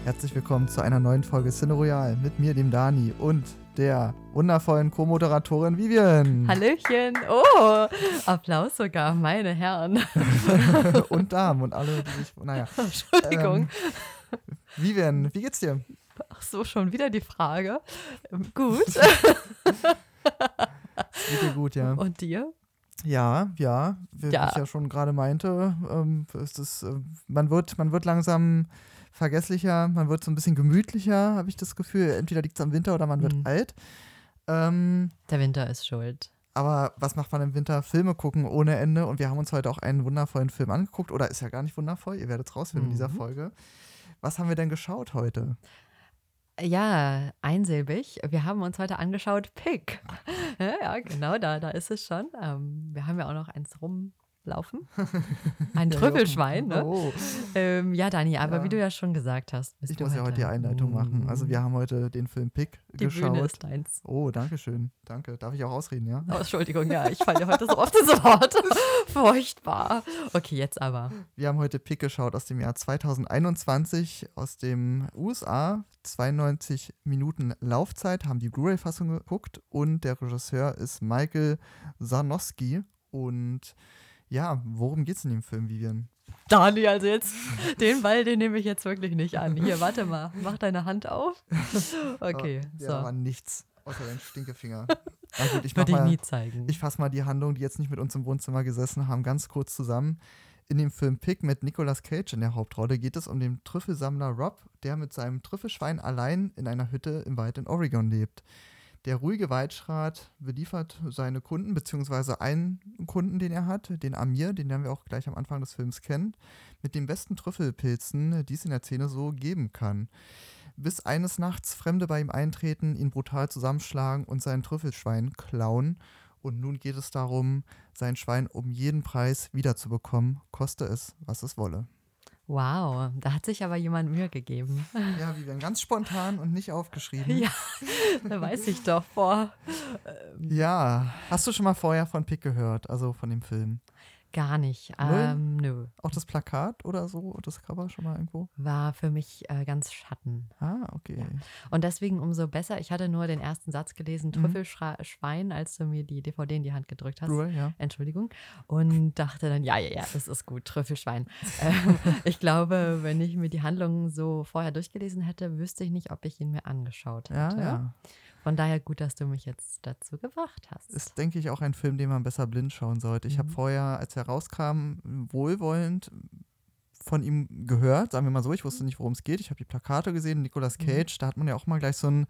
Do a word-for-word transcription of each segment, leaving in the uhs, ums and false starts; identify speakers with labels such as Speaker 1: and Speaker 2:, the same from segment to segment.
Speaker 1: Herzlich willkommen zu einer neuen Folge Cine Royale mit mir, dem Dani, und der wundervollen Co-Moderatorin Vivian.
Speaker 2: Hallöchen. Oh, Applaus sogar, meine Herren.
Speaker 1: Und Damen und alle, die sich, naja.
Speaker 2: Entschuldigung.
Speaker 1: Ähm, Vivian, wie geht's dir?
Speaker 2: Ach so, schon wieder die Frage. Ähm, gut.
Speaker 1: Geht dir gut, ja.
Speaker 2: Und dir?
Speaker 1: Ja, ja, wie
Speaker 2: Ja.
Speaker 1: ich ja schon gerade meinte, ähm, ist es, äh, man wird, man wird langsam vergesslicher, man wird so ein bisschen gemütlicher, habe ich das Gefühl. Entweder liegt es am Winter oder man wird
Speaker 2: Mhm.
Speaker 1: alt. Ähm,
Speaker 2: Der Winter ist schuld.
Speaker 1: aber was macht man im Winter? Filme gucken ohne Ende. Und wir haben uns heute auch einen wundervollen Film angeguckt. Oder ist ja gar nicht wundervoll, ihr werdet es rausfinden in dieser
Speaker 2: Mhm.
Speaker 1: Folge. Was haben wir denn geschaut heute?
Speaker 2: Ja, einsilbig. Wir haben uns heute angeschaut Pig. Ja, ja, genau, da, da ist es schon. Ähm, wir haben ja auch noch eins rumlaufen. Ein
Speaker 1: Ja,
Speaker 2: Trüffelschwein,
Speaker 1: Jochen.
Speaker 2: ne?
Speaker 1: Oh.
Speaker 2: Ähm, ja, Dani, aber
Speaker 1: Ja.
Speaker 2: wie du ja schon gesagt hast, bist
Speaker 1: Ich
Speaker 2: du
Speaker 1: muss ja heute die Einleitung machen. Also wir haben heute den Film Pig
Speaker 2: Die
Speaker 1: geschaut.
Speaker 2: Bühne ist deins.
Speaker 1: Oh, danke schön. Danke. Darf ich auch ausreden, ja?
Speaker 2: Oh, Entschuldigung, ja, ich falle heute so oft ins Wort. Furchtbar. Okay, jetzt aber.
Speaker 1: Wir haben heute Pig geschaut aus dem Jahr zweitausendeinundzwanzig, aus dem U S A. zweiundneunzig Minuten Laufzeit, haben die Blu-ray-Fassung geguckt. Und der Regisseur ist Michael Sarnowski. Und ja, worum geht's in dem Film, Vivian?
Speaker 2: Dani, also jetzt, den Ball, den nehme ich jetzt wirklich nicht an. Hier, warte mal, mach deine Hand auf. Okay,
Speaker 1: Aber,
Speaker 2: so.
Speaker 1: Ja, war nichts außer dein Stinkefinger. Na gut, ich mach
Speaker 2: Würde ich
Speaker 1: mal,
Speaker 2: nie zeigen.
Speaker 1: ich fasse mal die Handlung, die jetzt nicht mit uns im Wohnzimmer gesessen haben, ganz kurz zusammen. In dem Film Pig mit Nicolas Cage in der Hauptrolle geht es um den Trüffelsammler Rob, der mit seinem Trüffelschwein allein in einer Hütte im Wald in Oregon lebt. Der ruhige Waldschrat beliefert seine Kunden, beziehungsweise einen Kunden, den er hat, den Amir, den lernen wir auch gleich am Anfang des Films kennen, mit den besten Trüffelpilzen, die es in der Szene so geben kann. Bis eines Nachts Fremde bei ihm eintreten, ihn brutal zusammenschlagen und sein Trüffelschwein klauen. Und nun geht es darum, sein Schwein um jeden Preis wiederzubekommen, koste es, was es wolle.
Speaker 2: Wow, da hat sich aber jemand Mühe gegeben.
Speaker 1: Ja, wie werden ganz spontan und nicht aufgeschrieben.
Speaker 2: Ja, da weiß ich doch vor.
Speaker 1: Ja, hast du schon mal vorher von Pig gehört, also von dem Film?
Speaker 2: Gar nicht.
Speaker 1: Null?
Speaker 2: Ähm, nö.
Speaker 1: Auch das Plakat oder so, das Cover schon mal irgendwo?
Speaker 2: War für mich äh, ganz Schatten.
Speaker 1: Ah, okay.
Speaker 2: Und deswegen umso besser. Ich hatte nur den ersten Satz gelesen,
Speaker 1: Mhm.
Speaker 2: Trüffelschwein, als du mir die D V D in die Hand gedrückt hast.
Speaker 1: Blu-ray, ja.
Speaker 2: Entschuldigung. Und dachte dann, ja, ja, ja, das ist gut, Trüffelschwein. ähm, ich glaube, wenn ich mir die Handlung so vorher durchgelesen hätte, wüsste ich nicht, ob ich ihn mir angeschaut
Speaker 1: Ja,
Speaker 2: hätte.
Speaker 1: ja.
Speaker 2: Von daher gut, dass du mich jetzt dazu gebracht hast.
Speaker 1: Ist, denke ich, auch ein Film, den man besser blind schauen sollte. Ich habe
Speaker 2: Mhm.
Speaker 1: vorher, als er rauskam, wohlwollend von ihm gehört, sagen wir mal so. Ich wusste nicht, worum es geht. Ich habe die Plakate gesehen, Nicolas
Speaker 2: Mhm.
Speaker 1: Cage, da hat man ja auch mal gleich so ein,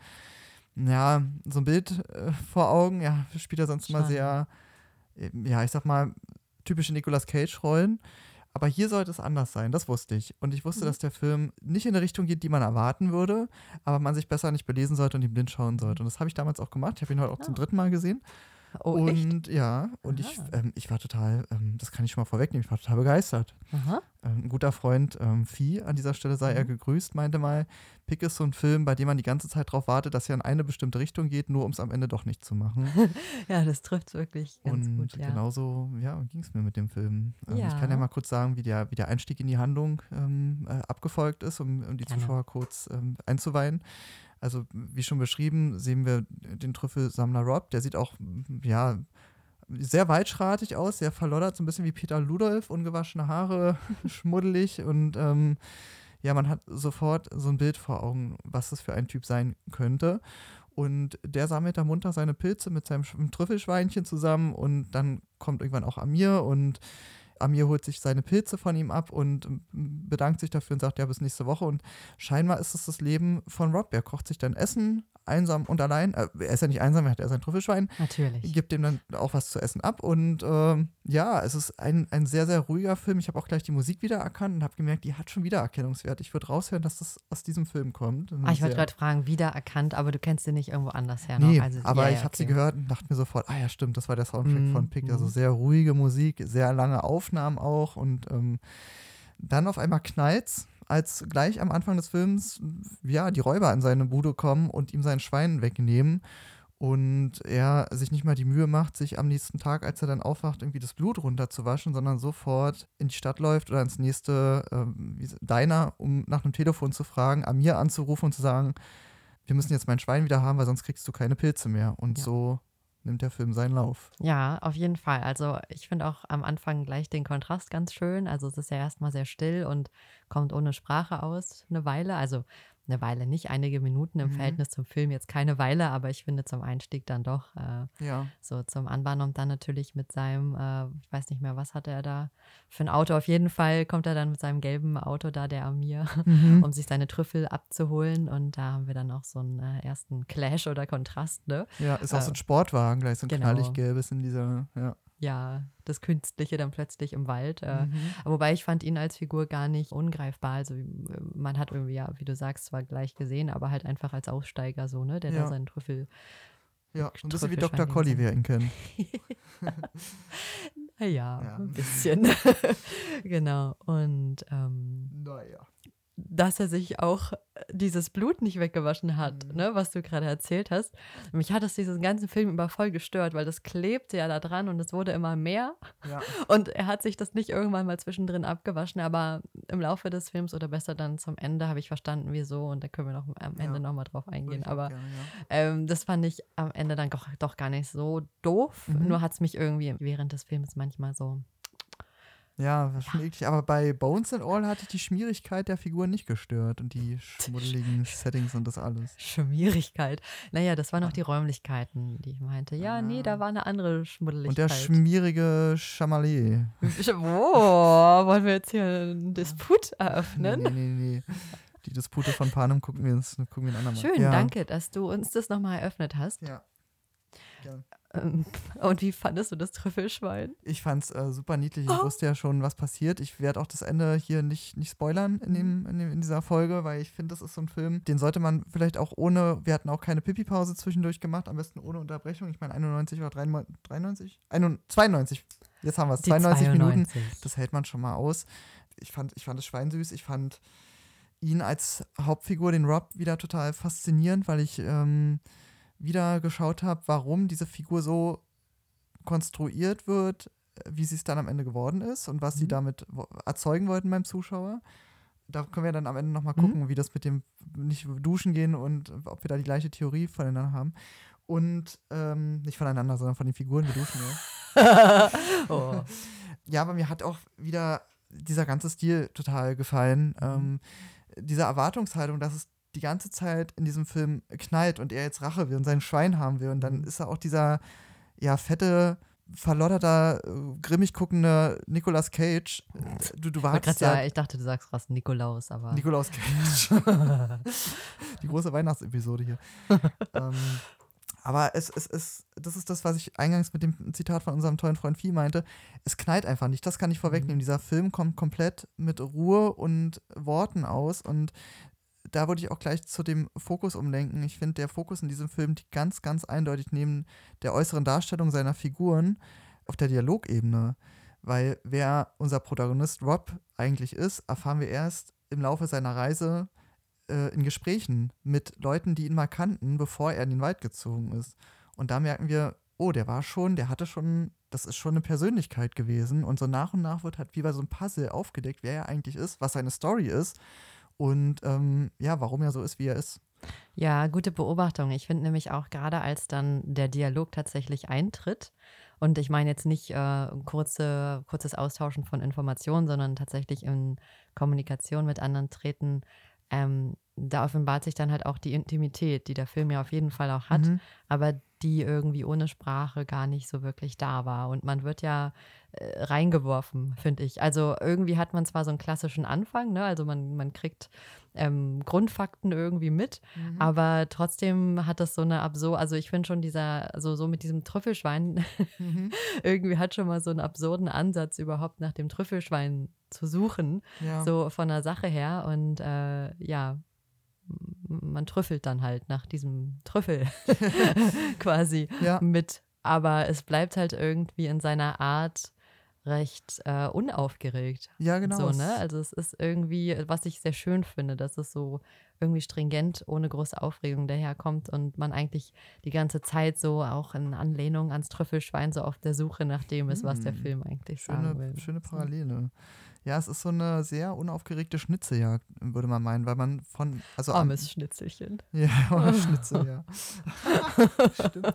Speaker 1: ja, so ein Bild äh, vor Augen. Ja, spielt er sonst immer
Speaker 2: Schon.
Speaker 1: sehr, äh, ja, ich sag mal, typische Nicolas Cage-Rollen. Aber hier sollte es anders sein, das wusste ich. Und ich wusste,
Speaker 2: Mhm.
Speaker 1: dass der Film nicht in eine Richtung geht, die man erwarten würde, aber man sich besser nicht belesen sollte und ihn blind schauen sollte. Und das habe ich damals auch gemacht. Ich habe ihn heute auch zum
Speaker 2: Ah.
Speaker 1: dritten Mal gesehen.
Speaker 2: Oh, echt?
Speaker 1: Und ja, und ich,
Speaker 2: Aha.
Speaker 1: ähm, ich war total, ähm, das kann ich schon mal vorwegnehmen, ich war total begeistert.
Speaker 2: Aha.
Speaker 1: Ähm, ein guter Freund, ähm, Vieh, an dieser Stelle sei er
Speaker 2: Mhm.
Speaker 1: gegrüßt, meinte mal, Pig ist so ein Film, bei dem man die ganze Zeit darauf wartet, dass er in eine bestimmte Richtung geht, nur um es am Ende doch nicht zu machen.
Speaker 2: Ja, das trifft wirklich ganz
Speaker 1: Und
Speaker 2: gut, ja.
Speaker 1: genauso ja, ging es mir mit dem Film. Ähm, Ich kann ja
Speaker 2: Ja.
Speaker 1: mal kurz sagen, wie der, wie der Einstieg in die Handlung ähm, äh, abgefolgt ist, um, um die
Speaker 2: Gerne.
Speaker 1: Zuschauer kurz ähm, einzuweihen. Also wie schon beschrieben, sehen wir den Trüffelsammler Rob. Der sieht auch mm, ja, sehr waldschratig aus, sehr verloddert, so ein bisschen wie Peter Ludolf, ungewaschene Haare, schmuddelig. Und ähm, ja, man hat sofort so ein Bild vor Augen, was das für ein Typ sein könnte. Und der sammelt da munter seine Pilze mit seinem Sch- Trüffelschweinchen zusammen und dann kommt irgendwann auch Amir und Amir holt sich seine Pilze von ihm ab und ähm, bedankt sich dafür und sagt, ja, bis nächste Woche. Und scheinbar ist es das Leben von Rob. Er kocht sich dann Essen, einsam und allein. Äh, er ist ja nicht einsam, er hat ja sein Trüffelschwein.
Speaker 2: Natürlich.
Speaker 1: Gibt ihm dann auch was zu essen ab. Und ähm, ja, es ist ein, ein sehr, sehr ruhiger Film. Ich habe auch gleich die Musik wiedererkannt und habe gemerkt, die hat schon Wiedererkennungswert. Ich würde raushören, dass das aus diesem Film kommt.
Speaker 2: Ah, ich wollte
Speaker 1: Sehr-
Speaker 2: gerade fragen, wiedererkannt, aber du kennst sie nicht irgendwo anders her noch.
Speaker 1: Nee,
Speaker 2: Also,
Speaker 1: aber
Speaker 2: ja,
Speaker 1: ich
Speaker 2: ja,
Speaker 1: habe sie
Speaker 2: okay.
Speaker 1: gehört und dachte mir sofort, ah ja, stimmt, das war der Soundtrack
Speaker 2: Mhm,
Speaker 1: von Pig. Also
Speaker 2: mhm.
Speaker 1: sehr ruhige Musik, sehr lange Aufnahmen auch. Und ähm, dann auf einmal knallt's, als gleich am Anfang des Films ja, die Räuber in seine Bude kommen und ihm sein Schwein wegnehmen. und er sich nicht mal die Mühe macht, sich am nächsten Tag, als er dann aufwacht, irgendwie das Blut runterzuwaschen, sondern sofort in die Stadt läuft oder ins nächste ähm, wie- Diner, um nach einem Telefon zu fragen, Amir anzurufen und zu sagen, wir müssen jetzt mein Schwein wieder haben, weil sonst kriegst du keine Pilze mehr. Und
Speaker 2: Ja.
Speaker 1: so nimmt der Film seinen Lauf.
Speaker 2: Ja, auf jeden Fall. Also ich finde auch am Anfang gleich den Kontrast ganz schön. Also es ist ja erstmal sehr still und kommt ohne Sprache aus eine Weile. Also eine Weile nicht, einige Minuten im
Speaker 1: Mhm.
Speaker 2: Verhältnis zum Film jetzt keine Weile, aber ich finde zum Einstieg dann doch äh,
Speaker 1: Ja.
Speaker 2: so zum Anbahnen und dann natürlich mit seinem, äh, ich weiß nicht mehr, was hatte er da für ein Auto. Auf jeden Fall kommt er dann mit seinem gelben Auto da, der Amir,
Speaker 1: Mhm.
Speaker 2: um sich seine Trüffel abzuholen und da haben wir dann auch so einen äh, ersten Clash oder Kontrast, ne?
Speaker 1: Ja, ist auch so
Speaker 2: Äh,
Speaker 1: ein Sportwagen, gleich so ein
Speaker 2: genau.
Speaker 1: knallig gelbes in dieser, ja.
Speaker 2: Ja, das Künstliche dann plötzlich im Wald. Äh,
Speaker 1: Mhm.
Speaker 2: wobei ich fand ihn als Figur gar nicht ungreifbar. Also äh, man hat irgendwie, ja, wie du sagst, zwar gleich gesehen, aber halt einfach als Aussteiger so, ne, der da
Speaker 1: Ja.
Speaker 2: seinen Trüffel.
Speaker 1: Ja, so ein bisschen wie
Speaker 2: Trüffelschwein
Speaker 1: Doktor Collie,
Speaker 2: links
Speaker 1: wer ihn kennt.
Speaker 2: Ja,
Speaker 1: Ja.
Speaker 2: ein bisschen. Genau. Und ähm,
Speaker 1: Naja.
Speaker 2: dass er sich auch dieses Blut nicht weggewaschen hat,
Speaker 1: Mhm.
Speaker 2: ne, was du gerade erzählt hast. Mich hat es diesen ganzen Film über voll gestört, weil das klebte ja da dran und es wurde immer mehr.
Speaker 1: Ja.
Speaker 2: Und er hat sich das nicht irgendwann mal zwischendrin abgewaschen, aber im Laufe des Films oder besser dann zum Ende habe ich verstanden, wieso. Und da können wir noch am Ende
Speaker 1: Ja.
Speaker 2: nochmal drauf
Speaker 1: Würde
Speaker 2: eingehen.
Speaker 1: ich auch
Speaker 2: Aber
Speaker 1: gerne, ja.
Speaker 2: ähm, das fand ich am Ende dann doch, doch gar nicht so doof.
Speaker 1: Mhm.
Speaker 2: Nur hat es mich irgendwie während des Films manchmal so.
Speaker 1: Ja, das ist schon eklig. Aber bei Bones and All hatte ich die Schmierigkeit der Figuren nicht gestört und die schmuddeligen Settings und das alles.
Speaker 2: Schmierigkeit. Naja, das waren noch die Räumlichkeiten, die ich meinte. Ja, nee, da war eine andere Schmuddeligkeit.
Speaker 1: Und der schmierige Chamalet.
Speaker 2: Oh, wollen wir jetzt hier einen Disput
Speaker 1: Nee,
Speaker 2: eröffnen?
Speaker 1: nee, nee, nee. Die Dispute von Panem gucken wir uns gucken wir ein andermal.
Speaker 2: Schön,
Speaker 1: ja.
Speaker 2: danke, dass du uns das nochmal eröffnet hast.
Speaker 1: Ja. Gerne.
Speaker 2: Ähm, Und wie fandest du das Trüffelschwein?
Speaker 1: Ich fand's äh, super niedlich. Ich wusste ja schon, was passiert. Ich werde auch das Ende hier nicht, nicht spoilern in, dem, in, dem, in dieser Folge, weil ich finde, das ist so ein Film, den sollte man vielleicht auch ohne, wir hatten auch keine Pipi-Pause zwischendurch gemacht, am besten ohne Unterbrechung. Ich meine, einundneunzig oder dreiundneunzig? zweiundneunzig. Jetzt haben wir es,
Speaker 2: Die
Speaker 1: zweiundneunzig Minuten.
Speaker 2: zweiundneunzig.
Speaker 1: Das hält man schon mal aus. Ich fand, ich fand das Schwein süß. Ich fand ihn als Hauptfigur, den Rob, wieder total faszinierend, weil ich ähm, wieder geschaut habe, warum diese Figur so konstruiert wird, wie sie es dann am Ende geworden ist und was sie
Speaker 2: Mhm.
Speaker 1: damit wo- erzeugen wollten beim Zuschauer. Da können wir dann am Ende nochmal
Speaker 2: Mhm.
Speaker 1: gucken, wie das mit dem nicht duschen gehen und ob wir da die gleiche Theorie voneinander haben. Und ähm, nicht voneinander, sondern von den Figuren, wir duschen ja.
Speaker 2: Oh.
Speaker 1: Ja, aber mir hat auch wieder dieser ganze Stil total gefallen.
Speaker 2: Mhm.
Speaker 1: Ähm, diese Erwartungshaltung, dass es die ganze Zeit in diesem Film knallt und er jetzt Rache will und sein Schwein haben will. Und dann
Speaker 2: Mhm.
Speaker 1: ist er auch dieser, ja, fette, verlotterter, äh, grimmig guckende Nicolas Cage. Äh, Du, du
Speaker 2: Ich wollte
Speaker 1: wartest
Speaker 2: gerade
Speaker 1: ja
Speaker 2: sagen, ich dachte, du sagst was Nikolaus, aber.
Speaker 1: Nicolas Cage. Die große Weihnachtsepisode hier. ähm, aber es, es, es, das ist das, was ich eingangs mit dem Zitat von unserem tollen Freund Vieh meinte. Es knallt einfach nicht. Das kann ich vorwegnehmen.
Speaker 2: Mhm.
Speaker 1: Dieser Film kommt komplett mit Ruhe und Worten aus. Und da würde ich auch gleich zu dem Fokus umlenken. Ich finde, der Fokus in diesem Film liegt ganz, ganz eindeutig neben der äußeren Darstellung seiner Figuren auf der Dialogebene. Weil wer unser Protagonist Rob eigentlich ist, erfahren wir erst im Laufe seiner Reise äh, in Gesprächen mit Leuten, die ihn mal kannten, bevor er in den Wald gezogen ist. Und da merken wir, oh, der war schon, der hatte schon, das ist schon eine Persönlichkeit gewesen. Und so nach und nach wird halt wie bei so einem Puzzle aufgedeckt, wer er eigentlich ist, was seine Story ist und ähm, ja, warum er so ist, wie er ist.
Speaker 2: Ja, gute Beobachtung. Ich finde nämlich auch gerade, als dann der Dialog tatsächlich eintritt, und ich meine jetzt nicht äh, kurze, kurzes Austauschen von Informationen, sondern tatsächlich in Kommunikation mit anderen treten, ähm, da offenbart sich dann halt auch die Intimität, die der Film ja auf jeden Fall auch hat,
Speaker 1: Mhm.
Speaker 2: aber die irgendwie ohne Sprache gar nicht so wirklich da war. Und man wird ja äh, reingeworfen, finde ich. Also irgendwie hat man zwar so einen klassischen Anfang, ne? Also man, man kriegt ähm, Grundfakten irgendwie mit,
Speaker 1: Mhm.
Speaker 2: aber trotzdem hat das so eine absurde, also ich finde schon dieser, also so mit diesem Trüffelschwein
Speaker 1: Mhm.
Speaker 2: irgendwie hat schon mal so einen absurden Ansatz, überhaupt nach dem Trüffelschwein zu suchen,
Speaker 1: Ja.
Speaker 2: so von der Sache her. Und äh, ja, m- man trüffelt dann halt nach diesem Trüffel quasi
Speaker 1: Ja.
Speaker 2: mit. Aber es bleibt halt irgendwie in seiner Art recht äh, unaufgeregt.
Speaker 1: Ja, genau.
Speaker 2: So,
Speaker 1: es-
Speaker 2: ne? Also es ist irgendwie, was ich sehr schön finde, dass es so irgendwie stringent, ohne große Aufregung daherkommt und man eigentlich die ganze Zeit so auch in Anlehnung ans Trüffelschwein so auf der Suche nach dem ist, was der
Speaker 1: Hm,
Speaker 2: Film eigentlich
Speaker 1: schöne,
Speaker 2: sagen will.
Speaker 1: schöne
Speaker 2: So.
Speaker 1: Parallele. Ja, es ist so eine sehr unaufgeregte Schnitzeljagd, würde man meinen, weil man von, also am,
Speaker 2: Armes Schnitzelchen.
Speaker 1: ja, oder Schnitzel, ja. Stimmt.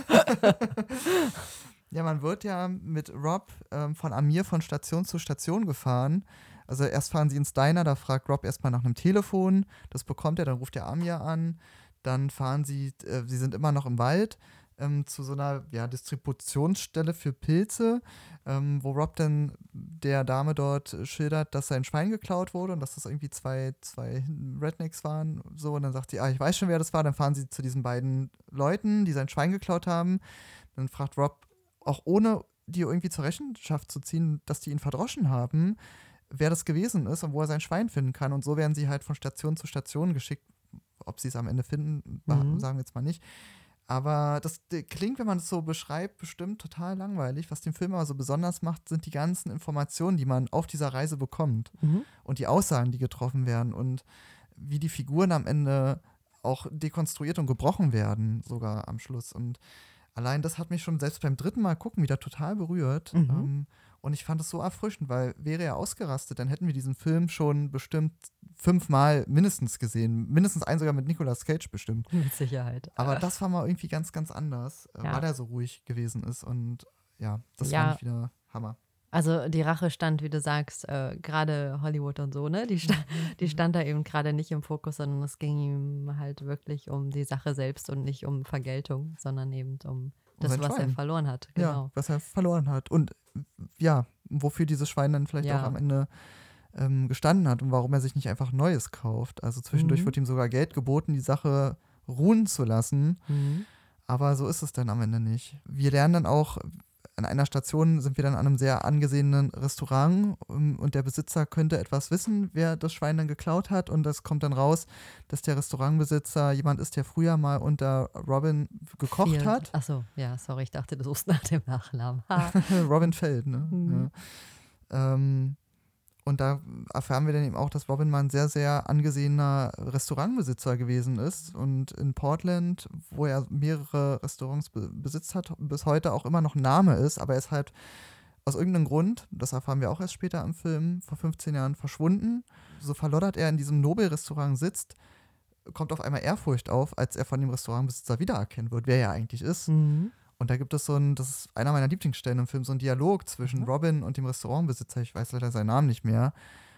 Speaker 1: Ja, man wird ja mit Rob ähm, von Amir von Station zu Station gefahren. Also erst fahren sie ins Diner, da fragt Rob erstmal nach einem Telefon, das bekommt er, dann ruft er Amir an. Dann fahren sie, äh, sie sind immer noch im Wald, ähm, zu so einer ja, Distributionsstelle für Pilze, ähm, wo Rob dann der Dame dort schildert, dass sein Schwein geklaut wurde und dass das irgendwie zwei, zwei Rednecks waren. So, und dann sagt sie, ah, ich weiß schon, wer das war. Dann fahren sie zu diesen beiden Leuten, die sein Schwein geklaut haben. Dann fragt Rob, auch ohne die irgendwie zur Rechenschaft zu ziehen, dass die ihn verdroschen haben, wer das gewesen ist und wo er sein Schwein finden kann. Und so werden sie halt von Station zu Station geschickt. Ob sie es am Ende finden,
Speaker 2: Mhm.
Speaker 1: sagen wir jetzt mal nicht. Aber das d- klingt, wenn man es so beschreibt, bestimmt total langweilig. Was den Film aber so besonders macht, sind die ganzen Informationen, die man auf dieser Reise bekommt.
Speaker 2: Mhm.
Speaker 1: Und die Aussagen, die getroffen werden. Und wie die Figuren am Ende auch dekonstruiert und gebrochen werden, sogar am Schluss. Und allein das hat mich schon selbst beim dritten Mal gucken wieder total berührt.
Speaker 2: Mhm.
Speaker 1: Ähm, und ich fand es so erfrischend, weil wäre er ausgerastet, dann hätten wir diesen Film schon bestimmt fünfmal mindestens gesehen. Mindestens einen sogar mit Nicolas Cage bestimmt.
Speaker 2: Mit Sicherheit.
Speaker 1: Aber
Speaker 2: Äh,
Speaker 1: das war mal irgendwie ganz, ganz anders, äh,
Speaker 2: ja.
Speaker 1: weil er so ruhig gewesen ist. Und ja, das
Speaker 2: Ja.
Speaker 1: fand ich wieder Hammer.
Speaker 2: Also die Rache stand, wie du sagst, äh, gerade Hollywood und so, ne? Die, sta die stand da eben gerade nicht im Fokus, sondern es ging ihm halt wirklich um die Sache selbst und nicht um Vergeltung, sondern eben um das,
Speaker 1: sein
Speaker 2: was er
Speaker 1: Schwein.
Speaker 2: verloren hat.
Speaker 1: Ja,
Speaker 2: Genau.
Speaker 1: was er verloren hat. Und ja, wofür dieses Schwein dann vielleicht
Speaker 2: Ja.
Speaker 1: auch am Ende ähm, gestanden hat und warum er sich nicht einfach Neues kauft. Also zwischendurch
Speaker 2: Mhm.
Speaker 1: wird ihm sogar Geld geboten, die Sache ruhen zu lassen.
Speaker 2: Mhm.
Speaker 1: Aber so ist es dann am Ende nicht. Wir lernen dann auch, an einer Station sind wir dann an einem sehr angesehenen Restaurant um, und der Besitzer könnte etwas wissen, wer das Schwein dann geklaut hat. Und das kommt dann raus, dass der Restaurantbesitzer jemand ist, der früher mal unter Robin gekocht
Speaker 2: Viel.
Speaker 1: hat.
Speaker 2: Achso, ja, sorry, ich dachte, du suchst nach dem Nachnamen. Ha.
Speaker 1: Robin Feld, ne?
Speaker 2: Mhm.
Speaker 1: Ja. Ähm, und da erfahren wir dann eben auch, dass Robin mal ein sehr, sehr angesehener Restaurantbesitzer gewesen ist. Und in Portland, wo er mehrere Restaurants be besitzt hat, bis heute auch immer noch ein Name ist. Aber er ist halt aus irgendeinem Grund, das erfahren wir auch erst später im Film, vor fünfzehn Jahren verschwunden. So verloddert er in diesem Nobel-Restaurant sitzt, kommt auf einmal Ehrfurcht auf, als er von dem Restaurantbesitzer wiedererkennen wird, wer er eigentlich ist.
Speaker 2: Mhm.
Speaker 1: Und da gibt es so ein, das ist einer meiner Lieblingsstellen im Film, so ein Dialog zwischen
Speaker 2: Mhm.
Speaker 1: Robin und dem Restaurantbesitzer, ich weiß leider seinen Namen nicht mehr,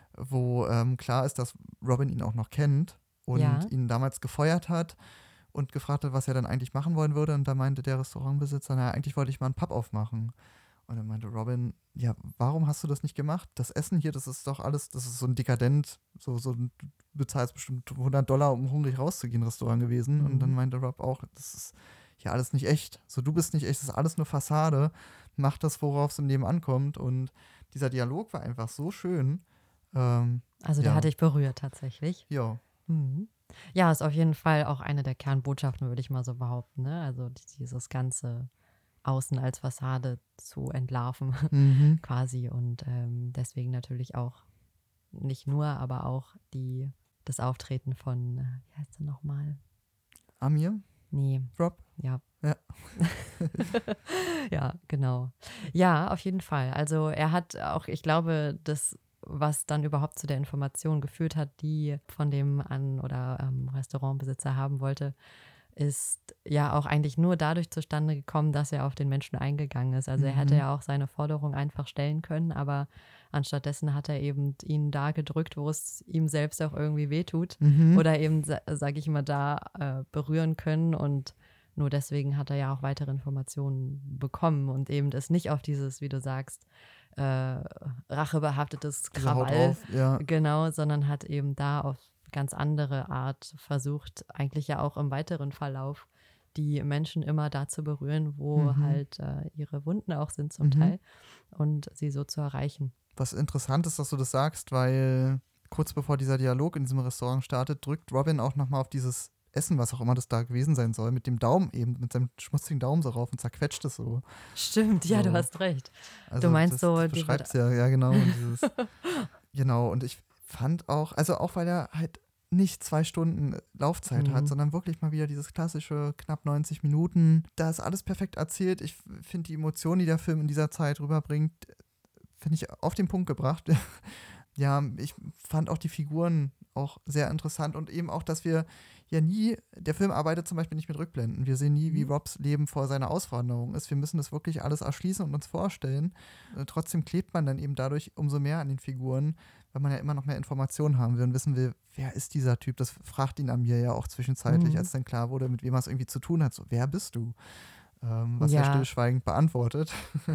Speaker 1: wo ähm, klar ist, dass Robin ihn auch noch kennt und
Speaker 2: Ja.
Speaker 1: ihn damals gefeuert hat und gefragt hat, was er dann eigentlich machen wollen würde. Und da meinte der Restaurantbesitzer, naja, eigentlich wollte ich mal einen Pub aufmachen. Und dann meinte Robin, ja, warum hast du das nicht gemacht? Das Essen hier, das ist doch alles, das ist so ein dekadent, so, so ein, du bezahlst bestimmt hundert Dollar, um hungrig rauszugehen, Restaurant gewesen. Und dann
Speaker 2: Mhm.
Speaker 1: meinte Rob auch, das ist ja alles nicht echt. So, du bist nicht echt, das ist alles nur Fassade. Mach das, worauf es im Leben ankommt. Und dieser Dialog war einfach so schön. Ähm,
Speaker 2: Also der
Speaker 1: Ja.
Speaker 2: hat dich berührt tatsächlich.
Speaker 1: ja.
Speaker 2: Mhm. Ja, ist auf jeden Fall auch eine der Kernbotschaften, würde ich mal so behaupten. Ne? Also die- dieses ganze Außen als Fassade zu entlarven
Speaker 1: Mhm.
Speaker 2: quasi und ähm, deswegen natürlich auch nicht nur, aber auch die, das Auftreten von, äh, wie heißt er nochmal?
Speaker 1: Amir,
Speaker 2: Nee,
Speaker 1: Rob.
Speaker 2: ja.
Speaker 1: Ja.
Speaker 2: Ja, genau. Ja, auf jeden Fall. Also er hat auch, ich glaube, das, was dann überhaupt zu der Information geführt hat, die von dem An- oder ähm, Restaurantbesitzer haben wollte, ist ja auch eigentlich nur dadurch zustande gekommen, dass er auf den Menschen eingegangen ist. Also er hätte
Speaker 1: Mhm.
Speaker 2: ja auch seine Forderung einfach stellen können, aber anstattdessen hat er eben ihn da gedrückt, wo es ihm selbst auch irgendwie wehtut.
Speaker 1: Mhm.
Speaker 2: Oder eben, sage ich immer, da äh, berühren können und nur deswegen hat er ja auch weitere Informationen bekommen und eben ist nicht auf dieses, wie du sagst, äh, rachebehaftetes
Speaker 1: Diese Haut
Speaker 2: Krawall,
Speaker 1: drauf, ja.
Speaker 2: genau, sondern hat eben da auf ganz andere Art versucht, eigentlich ja auch im weiteren Verlauf die Menschen immer da zu berühren, wo
Speaker 1: Mhm.
Speaker 2: halt äh, ihre Wunden auch sind zum
Speaker 1: Mhm.
Speaker 2: Teil und sie so zu erreichen.
Speaker 1: Was interessant ist, dass du das sagst, weil kurz bevor dieser Dialog in diesem Restaurant startet, drückt Robin auch nochmal auf dieses Essen, was auch immer das da gewesen sein soll, mit dem Daumen eben, mit seinem schmutzigen Daumen so rauf und zerquetscht es so.
Speaker 2: Stimmt, ja, du
Speaker 1: So.
Speaker 2: hast recht.
Speaker 1: Also
Speaker 2: meinst
Speaker 1: das,
Speaker 2: so,
Speaker 1: das
Speaker 2: die
Speaker 1: beschreibt es ja, ja genau. Und dieses, genau, und ich fand auch, also auch weil er halt nicht zwei Stunden Laufzeit
Speaker 2: Mhm.
Speaker 1: hat, sondern wirklich mal wieder dieses klassische knapp neunzig Minuten. Da ist alles perfekt erzählt. Ich finde die Emotionen, die der Film in dieser Zeit rüberbringt, finde ich auf den Punkt gebracht. Ja, ich fand auch die Figuren auch sehr interessant und eben auch, dass wir ja nie, der Film arbeitet zum Beispiel nicht mit Rückblenden. Wir sehen nie, wie
Speaker 2: Mhm.
Speaker 1: Robs Leben vor seiner Auswanderung ist. Wir müssen das wirklich alles erschließen und uns vorstellen. Äh, trotzdem klebt man dann eben dadurch umso mehr an den Figuren, weil man ja immer noch mehr Informationen haben will und wissen will, wer ist dieser Typ? Das fragt ihn Amir ja auch zwischenzeitlich,
Speaker 2: Mhm.
Speaker 1: als dann klar wurde, mit wem er es irgendwie zu tun hat. So, wer bist du? Ähm, was er
Speaker 2: Ja.
Speaker 1: stillschweigend beantwortet.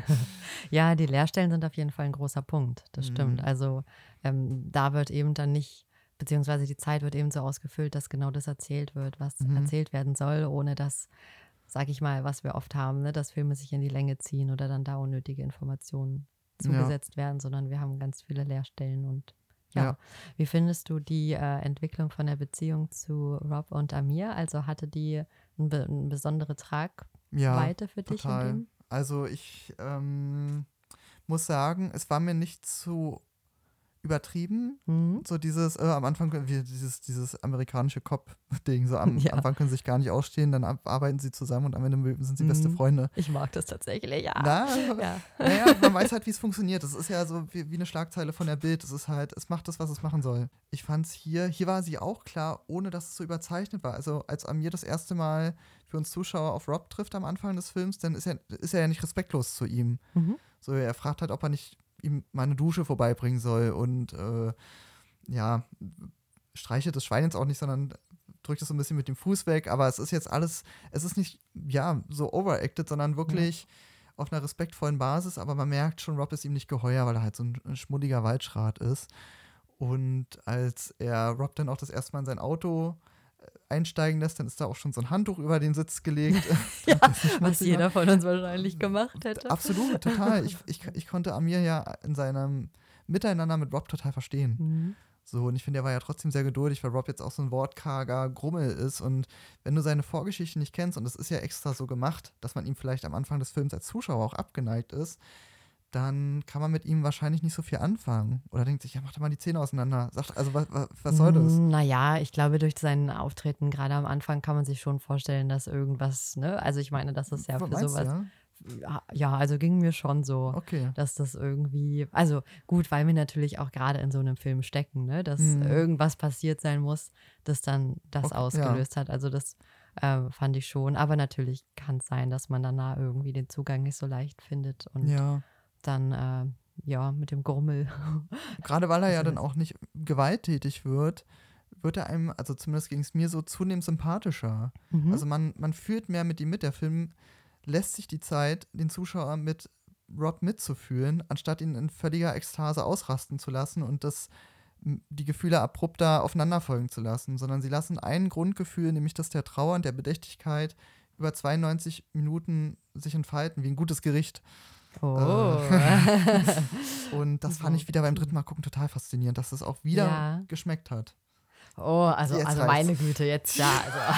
Speaker 2: Ja, die Leerstellen sind auf jeden Fall ein großer Punkt. Das stimmt.
Speaker 1: Mhm.
Speaker 2: Also, ähm, da wird eben dann nicht beziehungsweise die Zeit wird eben so ausgefüllt, dass genau das erzählt wird, was
Speaker 1: Mhm.
Speaker 2: erzählt werden soll, ohne dass, sage ich mal, was wir oft haben, ne, dass Filme sich in die Länge ziehen oder dann da unnötige Informationen
Speaker 1: Ja,
Speaker 2: zugesetzt werden, sondern wir haben ganz viele Leerstellen und
Speaker 1: ja,
Speaker 2: ja. Wie findest du die, äh, Entwicklung von der Beziehung zu Rob und Amir? Also, hatte die 'n be 'n besondere
Speaker 1: ja,
Speaker 2: Tragweite für dich in
Speaker 1: total.
Speaker 2: dem?
Speaker 1: Also ich ähm, muss sagen, es war mir nicht zu übertrieben.
Speaker 2: Mhm.
Speaker 1: So dieses, äh, am Anfang, können wir dieses, dieses amerikanische Cop-Ding, so am
Speaker 2: Ja.
Speaker 1: Anfang können sie sich gar nicht ausstehen, dann ab- arbeiten sie zusammen und am Ende sind sie beste
Speaker 2: Mhm.
Speaker 1: Freunde.
Speaker 2: Ich mag das tatsächlich, ja.
Speaker 1: Na,
Speaker 2: Ja.
Speaker 1: naja, man weiß halt, wie es funktioniert. Das ist ja so wie, wie eine Schlagzeile von der Bild. Es ist halt, es macht das, was es machen soll. Ich fand es hier, hier war sie auch klar, ohne dass es so überzeichnet war. Also als Amir das erste Mal für uns Zuschauer auf Rob trifft am Anfang des Films, dann ist er, ist er ja nicht respektlos zu ihm.
Speaker 2: Mhm.
Speaker 1: So, er fragt halt, ob er nicht ihm mal eine Dusche vorbeibringen soll und äh, ja, streichelt das Schwein jetzt auch nicht, sondern drückt es so ein bisschen mit dem Fuß weg, aber es ist jetzt alles, es ist nicht, ja, so overacted, sondern
Speaker 2: Ja.
Speaker 1: wirklich auf einer respektvollen Basis, aber man merkt schon, Rob ist ihm nicht geheuer, weil er halt so ein, ein schmuddiger Waldschrat ist. Und als er Rob dann auch das erste Mal in sein Auto äh, einsteigen lässt, dann ist da auch schon so ein Handtuch über den Sitz gelegt.
Speaker 2: Ja,
Speaker 1: damit es nicht
Speaker 2: was
Speaker 1: schmutzig war.
Speaker 2: jeder von uns wahrscheinlich gemacht hätte.
Speaker 1: Absolut, total. Ich, ich, ich konnte Amir ja in seinem Miteinander mit Rob total verstehen.
Speaker 2: Mhm.
Speaker 1: So, und ich finde, er war ja trotzdem sehr geduldig, weil Rob jetzt auch so ein wortkarger Grummel ist. Und wenn du seine Vorgeschichte nicht kennst, und das ist ja extra so gemacht, dass man ihm vielleicht am Anfang des Films als Zuschauer auch abgeneigt ist, dann kann man mit ihm wahrscheinlich nicht so viel anfangen. Oder denkt sich, ja, mach doch mal die Zähne auseinander. Sagt, also, was, was, was soll das?
Speaker 2: Hm, na ja, ich glaube, durch sein Auftreten gerade am Anfang kann man sich schon vorstellen, dass irgendwas, ne, also ich meine, das ist ja
Speaker 1: Was
Speaker 2: für
Speaker 1: meinst du,
Speaker 2: sowas.
Speaker 1: ja?
Speaker 2: Ja, ja, also ging mir schon so,
Speaker 1: Okay.
Speaker 2: dass das irgendwie, also gut, weil wir natürlich auch gerade in so einem Film stecken, ne, dass
Speaker 1: Mhm.
Speaker 2: irgendwas passiert sein muss, das dann das
Speaker 1: Okay, ja.
Speaker 2: ausgelöst hat. Also das äh, fand ich schon. Aber natürlich kann es sein, dass man danach irgendwie den Zugang nicht so leicht findet und
Speaker 1: Ja.
Speaker 2: dann, äh, ja, mit dem Grummel.
Speaker 1: Gerade weil er ja dann
Speaker 2: Also,
Speaker 1: auch nicht gewalttätig wird, wird er einem, also zumindest ging es mir so, zunehmend sympathischer.
Speaker 2: mhm.
Speaker 1: Also man, man fühlt mehr mit ihm mit. Der Film lässt sich die Zeit, den Zuschauer mit Rob mitzufühlen, anstatt ihn in völliger Ekstase ausrasten zu lassen und das, m, die Gefühle abrupter aufeinanderfolgen zu lassen, sondern sie lassen ein Grundgefühl, nämlich das der Trauer und der Bedächtigkeit, über zweiundneunzig Minuten sich entfalten, wie ein gutes Gericht.
Speaker 2: Oh.
Speaker 1: Und das fand ich wieder beim dritten Mal gucken total faszinierend, dass es auch wieder
Speaker 2: Ja.
Speaker 1: geschmeckt hat.
Speaker 2: Oh, also,
Speaker 1: Jetzt
Speaker 2: also
Speaker 1: reicht's.
Speaker 2: meine Güte, jetzt ja. Also.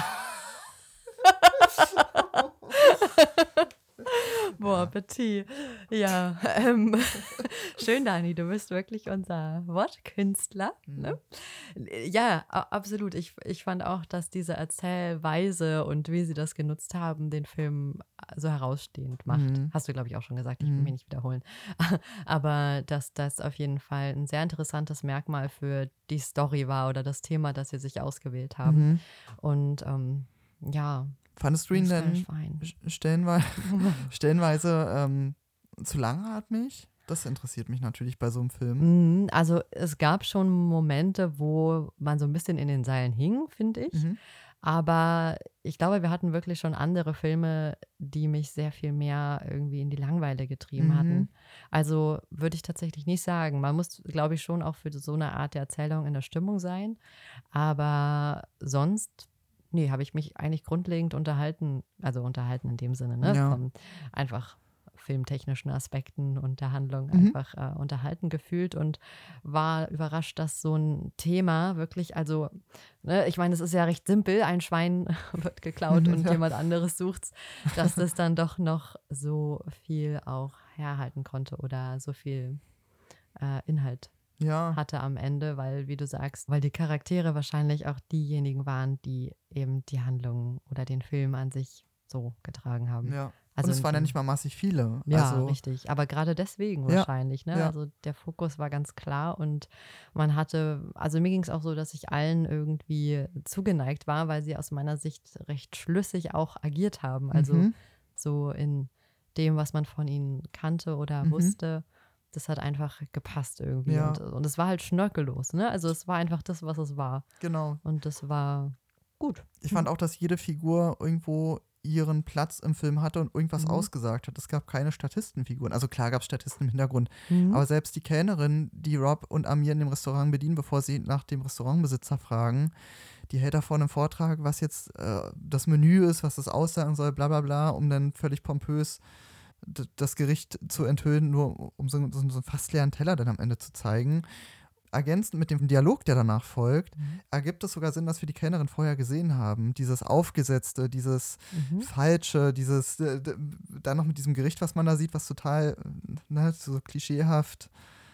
Speaker 2: Bon Appetit. Ja, ähm, schön, Dani, du bist wirklich unser Wortkünstler. Ne? Ja, a- absolut. Ich, ich fand auch, dass diese Erzählweise und wie sie das genutzt haben, den Film so herausstehend macht.
Speaker 1: Mhm.
Speaker 2: Hast du, glaube ich, auch schon gesagt. Ich will
Speaker 1: Mhm.
Speaker 2: mich nicht wiederholen. Aber dass das auf jeden Fall ein sehr interessantes Merkmal für die Story war oder das Thema, das sie sich ausgewählt haben.
Speaker 1: Mhm.
Speaker 2: Und ähm, ja,
Speaker 1: Fandest du ihn
Speaker 2: das
Speaker 1: denn
Speaker 2: Schwein.
Speaker 1: sch- stellenweise, stellenweise ähm, zu langatmig? Das interessiert mich natürlich bei so einem Film.
Speaker 2: Mhm, also, es gab schon Momente, wo man so ein bisschen in den Seilen hing, finde ich.
Speaker 1: Mhm.
Speaker 2: Aber ich glaube, wir hatten wirklich schon andere Filme, die mich sehr viel mehr irgendwie in die Langeweile getrieben
Speaker 1: Mhm.
Speaker 2: hatten. Also, würde ich tatsächlich nicht sagen. Man muss, glaube ich, schon auch für so eine Art der Erzählung in der Stimmung sein. Aber sonst, ne, habe ich mich eigentlich grundlegend unterhalten, also unterhalten in dem Sinne, ne,
Speaker 1: Ja.
Speaker 2: vom einfach filmtechnischen Aspekten und der Handlung
Speaker 1: Mhm.
Speaker 2: einfach äh, unterhalten gefühlt und war überrascht, dass so ein Thema wirklich, also, ne, ich meine, es ist ja recht simpel, ein Schwein wird geklaut und
Speaker 1: Ja.
Speaker 2: jemand anderes sucht's, dass das dann doch noch so viel auch herhalten konnte oder so viel äh, Inhalt
Speaker 1: Ja.
Speaker 2: hatte am Ende, weil, wie du sagst, weil die Charaktere wahrscheinlich auch diejenigen waren, die eben die Handlung oder den Film an sich so getragen haben.
Speaker 1: Ja. Und
Speaker 2: Also
Speaker 1: es
Speaker 2: in
Speaker 1: waren ja
Speaker 2: dem,
Speaker 1: nicht mal massig viele.
Speaker 2: ja,
Speaker 1: Also,
Speaker 2: richtig. Aber gerade deswegen
Speaker 1: ja,
Speaker 2: wahrscheinlich, ne?
Speaker 1: ja.
Speaker 2: Also der Fokus war ganz klar und man hatte, also mir ging es auch so, dass ich allen irgendwie zugeneigt war, weil sie aus meiner Sicht recht schlüssig auch agiert haben. Also
Speaker 1: Mhm.
Speaker 2: so in dem, was man von ihnen kannte oder
Speaker 1: Mhm.
Speaker 2: wusste, das hat einfach gepasst irgendwie. Und,
Speaker 1: Ja,
Speaker 2: und es war halt schnörkellos, ne? Also es war einfach das, was es war.
Speaker 1: genau.
Speaker 2: Und das war gut.
Speaker 1: Ich fand auch, dass jede Figur irgendwo ihren Platz im Film hatte und irgendwas
Speaker 2: Mhm.
Speaker 1: ausgesagt hat. Es gab keine Statistenfiguren. Also klar gab es Statisten im Hintergrund,
Speaker 2: Mhm.
Speaker 1: aber selbst die Kellnerin, die Rob und Amir in dem Restaurant bedienen, bevor sie nach dem Restaurantbesitzer fragen, die hält da vorne einen Vortrag, was jetzt äh, das Menü ist, was das aussagen soll, bla bla bla, um dann völlig pompös d- das Gericht zu enthüllen, nur um so, so, so einen fast leeren Teller dann am Ende zu zeigen. Ergänzend mit dem Dialog, der danach folgt,
Speaker 2: Mhm.
Speaker 1: ergibt es sogar Sinn, dass wir die Kellnerin vorher gesehen haben. Dieses Aufgesetzte, dieses
Speaker 2: Mhm.
Speaker 1: Falsche, dieses, äh, d- dann noch mit diesem Gericht, was man da sieht, was total, ne, so klischeehaft,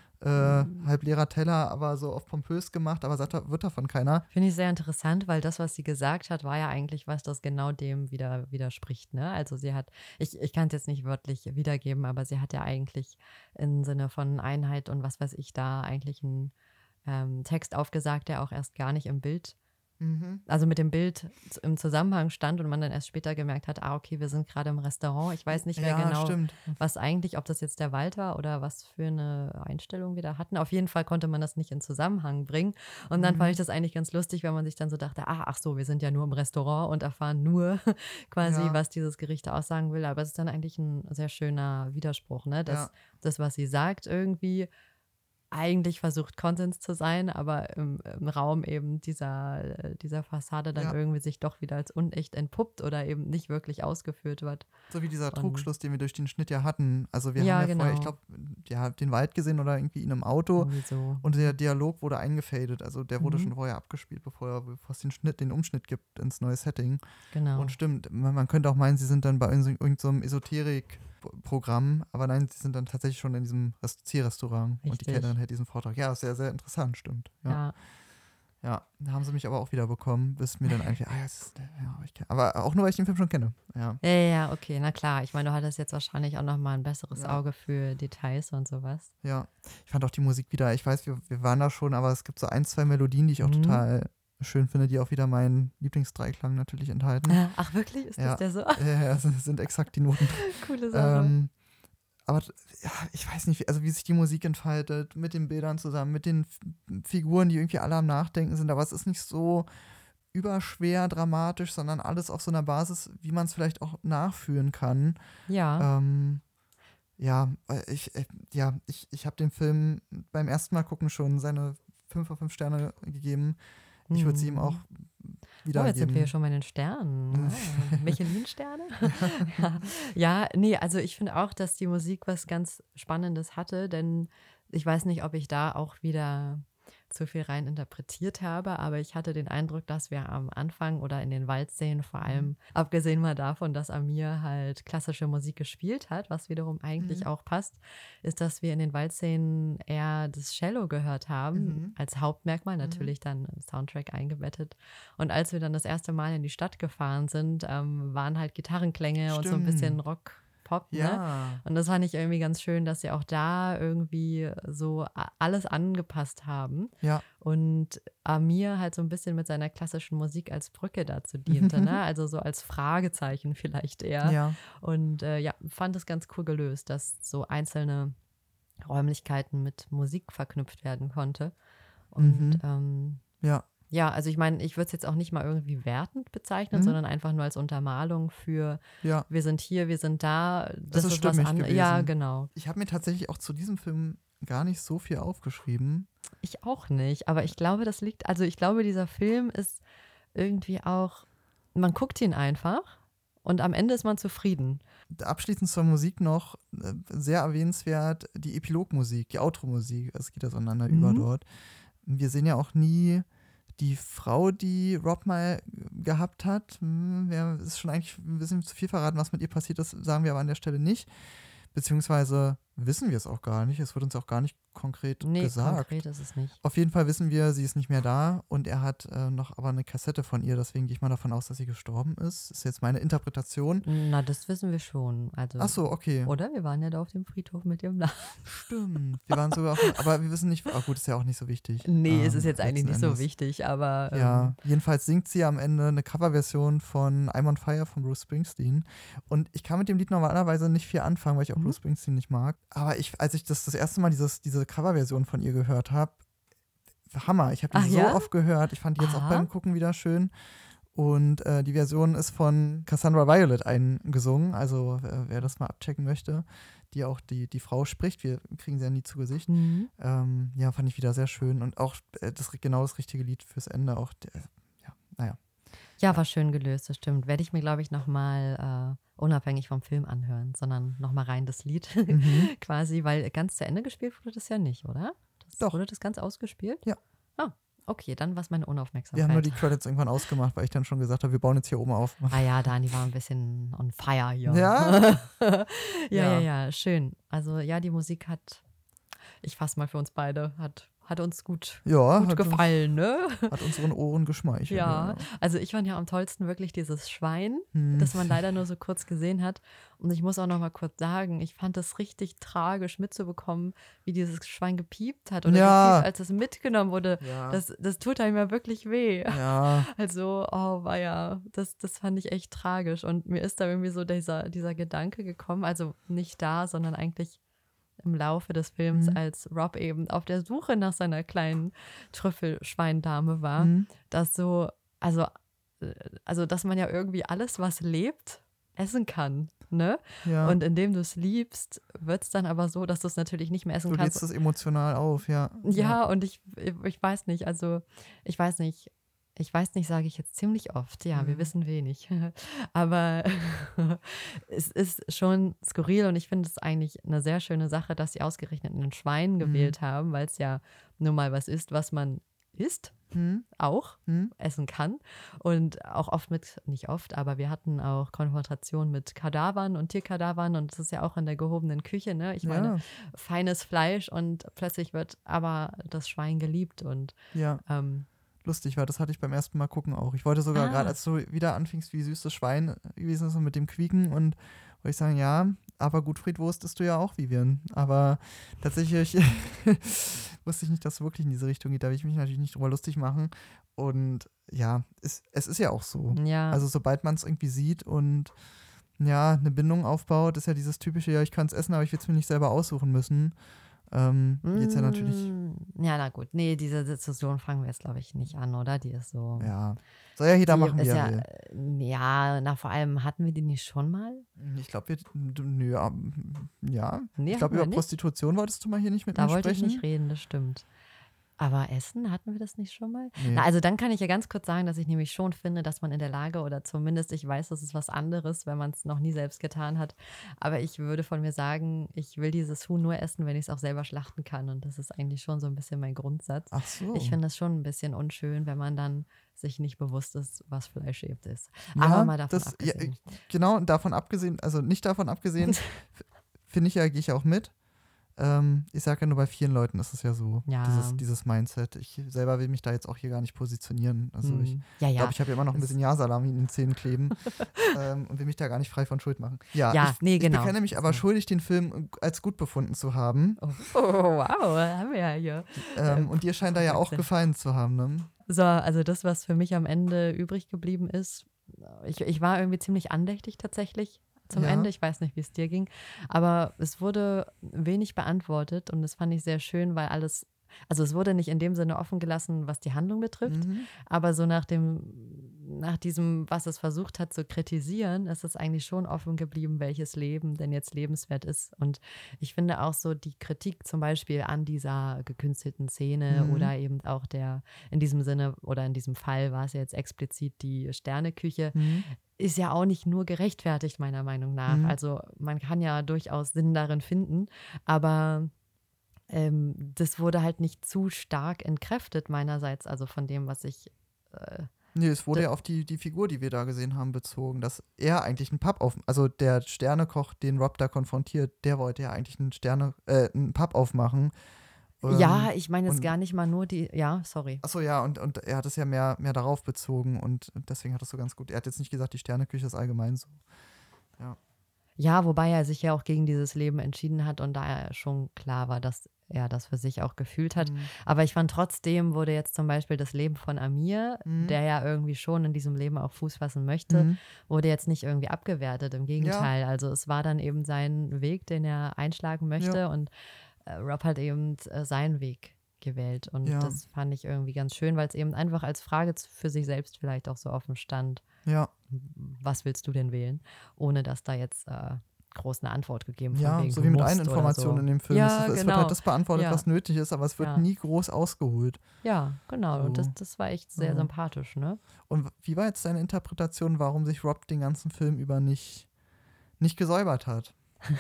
Speaker 1: äh,
Speaker 2: Mhm.
Speaker 1: halb leerer Teller, aber so auf pompös gemacht, aber satt wird davon keiner.
Speaker 2: Finde ich sehr interessant, weil das, was sie gesagt hat, war ja eigentlich was, das genau dem wieder widerspricht, ne? Also sie hat, ich, ich kann es jetzt nicht wörtlich wiedergeben, aber sie hat ja eigentlich im Sinne von Einheit und was weiß ich da eigentlich einen ähm, Text aufgesagt, der auch erst gar nicht im Bild,
Speaker 1: Mhm.
Speaker 2: also mit dem Bild z- im Zusammenhang stand und man dann erst später gemerkt hat, ah, okay, wir sind gerade im Restaurant. Ich weiß nicht mehr
Speaker 1: Ja,
Speaker 2: genau,
Speaker 1: stimmt.
Speaker 2: was eigentlich, ob das jetzt der Wald war oder was für eine Einstellung wir da hatten. Auf jeden Fall konnte man das nicht in Zusammenhang bringen. Und dann fand
Speaker 1: Mhm.
Speaker 2: ich das eigentlich ganz lustig, wenn man sich dann so dachte, ah, ach so, wir sind ja nur im Restaurant und erfahren nur quasi,
Speaker 1: Ja,
Speaker 2: was dieses Gericht aussagen will. Aber es ist dann eigentlich ein sehr schöner Widerspruch, ne? Dass
Speaker 1: ja,
Speaker 2: das, was sie sagt, irgendwie eigentlich versucht, Konsens zu sein, aber im, im Raum eben dieser, äh, dieser Fassade dann
Speaker 1: ja.
Speaker 2: irgendwie sich doch wieder als unecht entpuppt oder eben nicht wirklich ausgeführt wird.
Speaker 1: So wie dieser
Speaker 2: Und
Speaker 1: Trugschluss, den wir durch den Schnitt ja hatten. Also wir haben
Speaker 2: ja,
Speaker 1: ja vorher, ich
Speaker 2: genau.
Speaker 1: glaube, ja, den Wald gesehen oder irgendwie in einem Auto.
Speaker 2: Irgendwie so.
Speaker 1: Und der Dialog wurde eingefadet, also der wurde
Speaker 2: Mhm,
Speaker 1: schon vorher abgespielt, bevor, bevor es den Schnitt, den Umschnitt gibt ins neue Setting. Und
Speaker 2: genau.
Speaker 1: stimmt, man, man könnte auch meinen, sie sind dann bei irgendeinem so einem Esoterik-Programm, aber nein, sie sind dann tatsächlich schon in diesem Rest- Zielrestaurant und die
Speaker 2: Richtig.
Speaker 1: Kellnerin hält diesen Vortrag. Ja, sehr, sehr interessant, stimmt. Ja.
Speaker 2: Ja.
Speaker 1: Ja, da haben sie mich aber auch wieder bekommen, bis mir dann einfach, ah, ja, das ist, ja, ich kenn, aber auch nur, weil ich den Film schon kenne. Ja,
Speaker 2: Ja, ja, ja, okay, na klar. Ich meine, du hattest jetzt wahrscheinlich auch noch mal ein besseres
Speaker 1: ja,
Speaker 2: Auge für Details und sowas.
Speaker 1: ja. Ich fand auch die Musik wieder, ich weiß, wir, wir waren da schon, aber es gibt so ein, zwei Melodien, die ich auch
Speaker 2: Mhm.
Speaker 1: total schön finde, die auch wieder meinen Lieblingsdreiklang natürlich enthalten.
Speaker 2: Ach, wirklich? Ist
Speaker 1: Ja,
Speaker 2: das der so?
Speaker 1: ja, ja, das sind exakt die Noten.
Speaker 2: Coole Sache.
Speaker 1: Ähm, aber ja, ich weiß nicht, wie- also wie sich die Musik entfaltet, mit den Bildern zusammen, mit den F Figuren, die irgendwie alle am Nachdenken sind, aber es ist nicht so überschwer dramatisch, sondern alles auf so einer Basis, wie man es vielleicht auch nachfühlen kann.
Speaker 2: Ja.
Speaker 1: Ähm, ja, äh, ich, äh, ja, ich, ich habe dem Film beim ersten Mal gucken schon seine fünf von fünf Sterne gegeben. Ich würde sie ihm auch
Speaker 2: Mhm.
Speaker 1: wieder
Speaker 2: Oh, jetzt sind wir ja
Speaker 1: geben.
Speaker 2: schon bei den Sternen. Ah, Michelin-Sterne? Ja. Ja, nee, also ich finde auch, dass die Musik was ganz Spannendes hatte, denn ich weiß nicht, ob ich da auch wieder zu viel rein interpretiert habe, aber ich hatte den Eindruck, dass wir am Anfang oder in den Waldszenen vor
Speaker 1: Mhm.
Speaker 2: allem, abgesehen mal davon, dass Amir halt klassische Musik gespielt hat, was wiederum eigentlich
Speaker 1: Mhm.
Speaker 2: auch passt, ist, dass wir in den Waldszenen eher das Cello gehört haben,
Speaker 1: Mhm.
Speaker 2: als Hauptmerkmal,
Speaker 1: Mhm.
Speaker 2: natürlich dann im Soundtrack eingebettet. Und als wir dann das erste Mal in die Stadt gefahren sind, ähm, waren halt Gitarrenklänge und so ein bisschen
Speaker 1: Stimmt.
Speaker 2: Rock, Pop, ne?
Speaker 1: Ja.
Speaker 2: Und das fand ich irgendwie ganz schön, dass sie auch da irgendwie so a- alles angepasst haben.
Speaker 1: Ja.
Speaker 2: Und Amir halt so ein bisschen mit seiner klassischen Musik als Brücke dazu diente, ne? Also so als Fragezeichen vielleicht eher.
Speaker 1: Ja.
Speaker 2: Und äh, ja, fand es ganz cool gelöst, dass so einzelne Räumlichkeiten mit Musik verknüpft werden konnte. Und
Speaker 1: Mhm.
Speaker 2: ähm,
Speaker 1: Ja.
Speaker 2: ja, also ich meine, ich würde es jetzt auch nicht mal irgendwie wertend bezeichnen,
Speaker 1: Mhm.
Speaker 2: sondern einfach nur als Untermalung für
Speaker 1: Ja.
Speaker 2: wir sind hier, wir sind da.
Speaker 1: Das ist
Speaker 2: was
Speaker 1: stimmig
Speaker 2: an. Ja,
Speaker 1: gewesen.
Speaker 2: genau.
Speaker 1: Ich habe mir tatsächlich auch zu diesem Film gar nicht so viel aufgeschrieben.
Speaker 2: Ich auch nicht, aber ich glaube, das liegt, also ich glaube, dieser Film ist irgendwie auch, man guckt ihn einfach und am Ende ist man zufrieden.
Speaker 1: Abschließend zur Musik noch, äh, sehr erwähnenswert, die Epilogmusik, die Outro-Musik. Es geht ja auseinander
Speaker 2: Mhm.
Speaker 1: über dort. Wir sehen ja auch nie die Frau, die Rob mal gehabt hat. Hm, ja, ist schon eigentlich ein bisschen zu viel verraten, was mit ihr passiert ist, sagen wir aber an der Stelle nicht. Beziehungsweise wissen wir es auch gar nicht. Es wird uns auch gar nicht konkret
Speaker 2: Nee,
Speaker 1: gesagt.
Speaker 2: konkret ist es nicht.
Speaker 1: Auf jeden Fall wissen wir, sie ist nicht mehr da und er hat äh, noch aber eine Kassette von ihr, deswegen gehe ich mal davon aus, dass sie gestorben ist. Das ist jetzt meine Interpretation.
Speaker 2: Na, das wissen wir schon. Also,
Speaker 1: Ach so, okay.
Speaker 2: oder? Wir waren ja da auf dem Friedhof mit dem Namen.
Speaker 1: Stimmt. Wir waren sogar auf dem, aber wir wissen nicht, ah gut, ist ja auch nicht so wichtig.
Speaker 2: Nee, es
Speaker 1: ähm,
Speaker 2: ist jetzt eigentlich
Speaker 1: letzten
Speaker 2: nicht so
Speaker 1: Endes.
Speaker 2: wichtig, aber ähm,
Speaker 1: Ja, jedenfalls singt sie am Ende eine Coverversion von I'm on Fire von Bruce Springsteen. Und ich kann mit dem Lied normalerweise nicht viel anfangen, weil ich auch
Speaker 2: Mhm.
Speaker 1: Bruce Springsteen nicht mag. Aber ich, als ich das das erste Mal dieses, diese Coverversion von ihr gehört habe, Hammer. Ich habe die
Speaker 2: Ach
Speaker 1: so
Speaker 2: ja?
Speaker 1: oft gehört. Ich fand die jetzt auch
Speaker 2: Aha.
Speaker 1: beim Gucken wieder schön. Und äh, die Version ist von Cassandra Violet eingesungen. Also äh, wer das mal abchecken möchte, die auch die, die Frau spricht. Wir kriegen sie ja nie zu Gesicht.
Speaker 2: Mhm.
Speaker 1: Ähm, ja, fand ich wieder sehr schön. Und auch äh, das, genau das richtige Lied fürs Ende. Auch, der, ja, naja.
Speaker 2: Ja, war schön gelöst, das stimmt. Werde ich mir, glaube ich, nochmal äh, unabhängig vom Film anhören, sondern nochmal rein das Lied
Speaker 1: Mhm.
Speaker 2: quasi, weil ganz zu Ende gespielt wurde das ja nicht, oder? Das,
Speaker 1: Doch.
Speaker 2: Wurde das ganz ausgespielt?
Speaker 1: Ja.
Speaker 2: Ah, okay, dann war es meine
Speaker 1: Wir haben nur
Speaker 2: Unaufmerksamkeit.
Speaker 1: die Credits irgendwann ausgemacht, weil ich dann schon gesagt habe, wir bauen jetzt hier oben auf.
Speaker 2: Ah ja, Dani war ein bisschen on fire hier.
Speaker 1: Ja?
Speaker 2: ja, ja,
Speaker 1: Ja.
Speaker 2: ja, schön. Also ja, die Musik hat, ich fasse mal für uns beide, hat, hat uns gut,
Speaker 1: Ja,
Speaker 2: gut
Speaker 1: hat uns,
Speaker 2: gefallen, ne?
Speaker 1: hat unseren Ohren geschmeichelt.
Speaker 2: Ja, also ich fand ja am tollsten wirklich dieses Schwein,
Speaker 1: Hm.
Speaker 2: das man leider nur so kurz gesehen hat. Und ich muss auch noch mal kurz sagen, ich fand es richtig tragisch mitzubekommen, wie dieses Schwein gepiept hat oder
Speaker 1: Ja.
Speaker 2: gepiept, als es mitgenommen wurde.
Speaker 1: Ja.
Speaker 2: Das, das tut einem ja wirklich weh.
Speaker 1: ja.
Speaker 2: Also, oh, war ja, das, das fand ich echt tragisch. Und mir ist da irgendwie so dieser, dieser Gedanke gekommen, also nicht da, sondern eigentlich im Laufe des Films,
Speaker 1: Mhm.
Speaker 2: als Rob eben auf der Suche nach seiner kleinen Trüffelschweindame war,
Speaker 1: Mhm.
Speaker 2: dass so, also, äh, also, dass man ja irgendwie alles, was lebt, essen kann, ne?
Speaker 1: ja.
Speaker 2: Und indem du es liebst, wird es dann aber so, dass du es natürlich nicht mehr essen
Speaker 1: du
Speaker 2: kannst.
Speaker 1: lädst das emotional auf, ja.
Speaker 2: Ja, und ich, ich weiß nicht, also ich weiß nicht, ich weiß nicht, sage ich jetzt ziemlich oft, ja, wir
Speaker 1: Mhm.
Speaker 2: wissen wenig, aber es ist schon skurril und ich finde es eigentlich eine sehr schöne Sache, dass sie ausgerechnet einen Schwein gewählt haben, weil es ja nun mal was ist, was man isst,
Speaker 1: Hm?
Speaker 2: auch
Speaker 1: Hm?
Speaker 2: essen kann und auch oft mit, nicht oft, aber wir hatten auch Konfrontation mit Kadavern und Tierkadavern und das ist ja auch in der gehobenen Küche, ne? Ich meine,
Speaker 1: Ja,
Speaker 2: feines Fleisch und plötzlich wird aber das Schwein geliebt und
Speaker 1: ja.
Speaker 2: ähm,
Speaker 1: Lustig, weil das hatte ich beim ersten Mal gucken auch. Ich wollte sogar
Speaker 2: Ah.
Speaker 1: gerade, als du wieder anfingst, wie süß das Schwein gewesen ist und mit dem Quieken und wollte ich sagen, ja, aber Gutfriedwurst isst du ja auch, Vivian. Aber tatsächlich wusste ich nicht, dass es wirklich in diese Richtung geht. Da will ich mich natürlich nicht drüber lustig machen. Und ja, es, es ist ja auch so.
Speaker 2: ja,
Speaker 1: Also sobald man es irgendwie sieht und ja, eine Bindung aufbaut, ist ja dieses typische, ja, ich kann es essen, aber ich will es mir nicht selber aussuchen müssen. Ähm, geht's ja natürlich,
Speaker 2: Mm, ja, na gut, nee, diese Diskussion fangen wir jetzt, glaube ich, nicht an, oder? Die ist so.
Speaker 1: ja. Soll ja jeder
Speaker 2: die
Speaker 1: machen, wie
Speaker 2: ist
Speaker 1: er
Speaker 2: ja,
Speaker 1: will.
Speaker 2: äh, ja, na, vor allem hatten wir die nicht schon mal?
Speaker 1: Ich glaube, wir, d- nö, ähm, ja.
Speaker 2: Nee,
Speaker 1: Ich glaube,
Speaker 2: hatten wir
Speaker 1: über
Speaker 2: nicht.
Speaker 1: Prostitution wolltest du mal hier nicht mit
Speaker 2: Da
Speaker 1: mir
Speaker 2: wollte
Speaker 1: sprechen.
Speaker 2: ich nicht reden, das stimmt. Aber Essen, hatten wir das nicht schon mal?
Speaker 1: Nee.
Speaker 2: Na, also dann kann ich ja ganz kurz sagen, dass ich nämlich schon finde, dass man in der Lage oder zumindest ich weiß, das ist was anderes, wenn man es noch nie selbst getan hat. Aber ich würde von mir sagen, ich will dieses Huhn nur essen, wenn ich es auch selber schlachten kann. Und das ist eigentlich schon so ein bisschen mein Grundsatz.
Speaker 1: Ach so.
Speaker 2: Ich finde es schon ein bisschen unschön, wenn man dann sich nicht bewusst ist, was Fleisch eben ist.
Speaker 1: ja,
Speaker 2: Aber mal davon
Speaker 1: das, ja,
Speaker 2: abgesehen.
Speaker 1: genau, davon abgesehen, also nicht davon abgesehen, f- finde ich ja, gehe ich auch mit. Ähm, ich sage ja nur, bei vielen Leuten ist es ja so,
Speaker 2: Ja.
Speaker 1: dieses, dieses Mindset. Ich selber will mich da jetzt auch hier gar nicht positionieren. Also ich
Speaker 2: Hm, ja, ja.
Speaker 1: glaube, ich habe ja immer noch ein
Speaker 2: Das-
Speaker 1: bisschen Ja-Salami in den Zähnen kleben ähm, und will mich da gar nicht frei von Schuld machen. Ja,
Speaker 2: Ja,
Speaker 1: ich,
Speaker 2: nee, genau.
Speaker 1: ich bekenne mich aber
Speaker 2: So.
Speaker 1: schuldig, den Film als gut befunden zu haben.
Speaker 2: Oh, oh, wow, haben wir ja hier.
Speaker 1: Ähm, und dir scheint da ja auch
Speaker 2: Wahnsinn.
Speaker 1: gefallen zu haben, ne?
Speaker 2: So, also das, was für mich am Ende übrig geblieben ist, ich, ich war irgendwie ziemlich andächtig tatsächlich zum
Speaker 1: Ja.
Speaker 2: Ende. Ich weiß nicht, wie es dir ging, aber es wurde wenig beantwortet und das fand ich sehr schön, weil alles, also es wurde nicht in dem Sinne offen gelassen, was die Handlung betrifft,
Speaker 1: Mhm.
Speaker 2: aber so nach dem, nach diesem, was es versucht hat zu kritisieren, ist es eigentlich schon offen geblieben, welches Leben denn jetzt lebenswert ist. Und ich finde auch so die Kritik zum Beispiel an dieser gekünstelten Szene
Speaker 1: Mhm.
Speaker 2: oder eben auch der, in diesem Sinne oder in diesem Fall war es ja jetzt explizit die Sterneküche,
Speaker 1: Mhm.
Speaker 2: ist ja auch nicht nur gerechtfertigt, meiner Meinung nach.
Speaker 1: Mhm.
Speaker 2: Also man kann ja durchaus Sinn darin finden, aber ähm, das wurde halt nicht zu stark entkräftet meinerseits, also von dem, was ich äh,
Speaker 1: Nee, es wurde
Speaker 2: D
Speaker 1: ja auf die, die Figur, die wir da gesehen haben, bezogen, dass er eigentlich einen Pub auf, also der Sternekoch, den Rob da konfrontiert, der wollte ja eigentlich einen Sterne, äh, einen Pub aufmachen.
Speaker 2: Ja,
Speaker 1: Ähm,
Speaker 2: ich meine jetzt
Speaker 1: und
Speaker 2: gar nicht mal nur die ja, sorry.
Speaker 1: achso, ja, und, und er hat es ja mehr, mehr darauf bezogen und deswegen hat das so ganz gut. Er hat jetzt nicht gesagt, die Sterneküche ist allgemein so. Ja.
Speaker 2: Ja, wobei er sich ja auch gegen dieses Leben entschieden hat und da ja schon klar war, dass er das für sich auch gefühlt hat.
Speaker 1: Mhm.
Speaker 2: Aber ich fand trotzdem wurde jetzt zum Beispiel das Leben von Amir,
Speaker 1: Mhm.
Speaker 2: der ja irgendwie schon in diesem Leben auch Fuß fassen möchte,
Speaker 1: Mhm.
Speaker 2: wurde jetzt nicht irgendwie abgewertet. Im
Speaker 1: Ja,
Speaker 2: Gegenteil. Also es war dann eben sein Weg, den er einschlagen
Speaker 1: ja,
Speaker 2: möchte und äh, Rob hat eben äh, seinen Weg gewählt. Und
Speaker 1: ja,
Speaker 2: das fand ich irgendwie ganz schön, weil es eben einfach als Frage z- für sich selbst vielleicht auch so offen stand.
Speaker 1: ja,
Speaker 2: Was willst du denn wählen? Ohne dass da jetzt äh, groß eine Antwort gegeben von
Speaker 1: ja,
Speaker 2: wegen,
Speaker 1: so
Speaker 2: du
Speaker 1: wie mit allen
Speaker 2: musst oder
Speaker 1: Informationen
Speaker 2: so.
Speaker 1: in dem Film. Es, ist,
Speaker 2: Ja,
Speaker 1: es wird halt
Speaker 2: genau.
Speaker 1: das beantwortet, was
Speaker 2: Ja,
Speaker 1: nötig ist, aber es wird
Speaker 2: ja,
Speaker 1: nie groß ausgeholt.
Speaker 2: ja, genau. Und das,
Speaker 1: So.
Speaker 2: das war echt sehr
Speaker 1: Ja.
Speaker 2: sympathisch, ne?
Speaker 1: Und wie war jetzt deine Interpretation, warum sich Rob den ganzen Film über nicht, nicht gesäubert hat?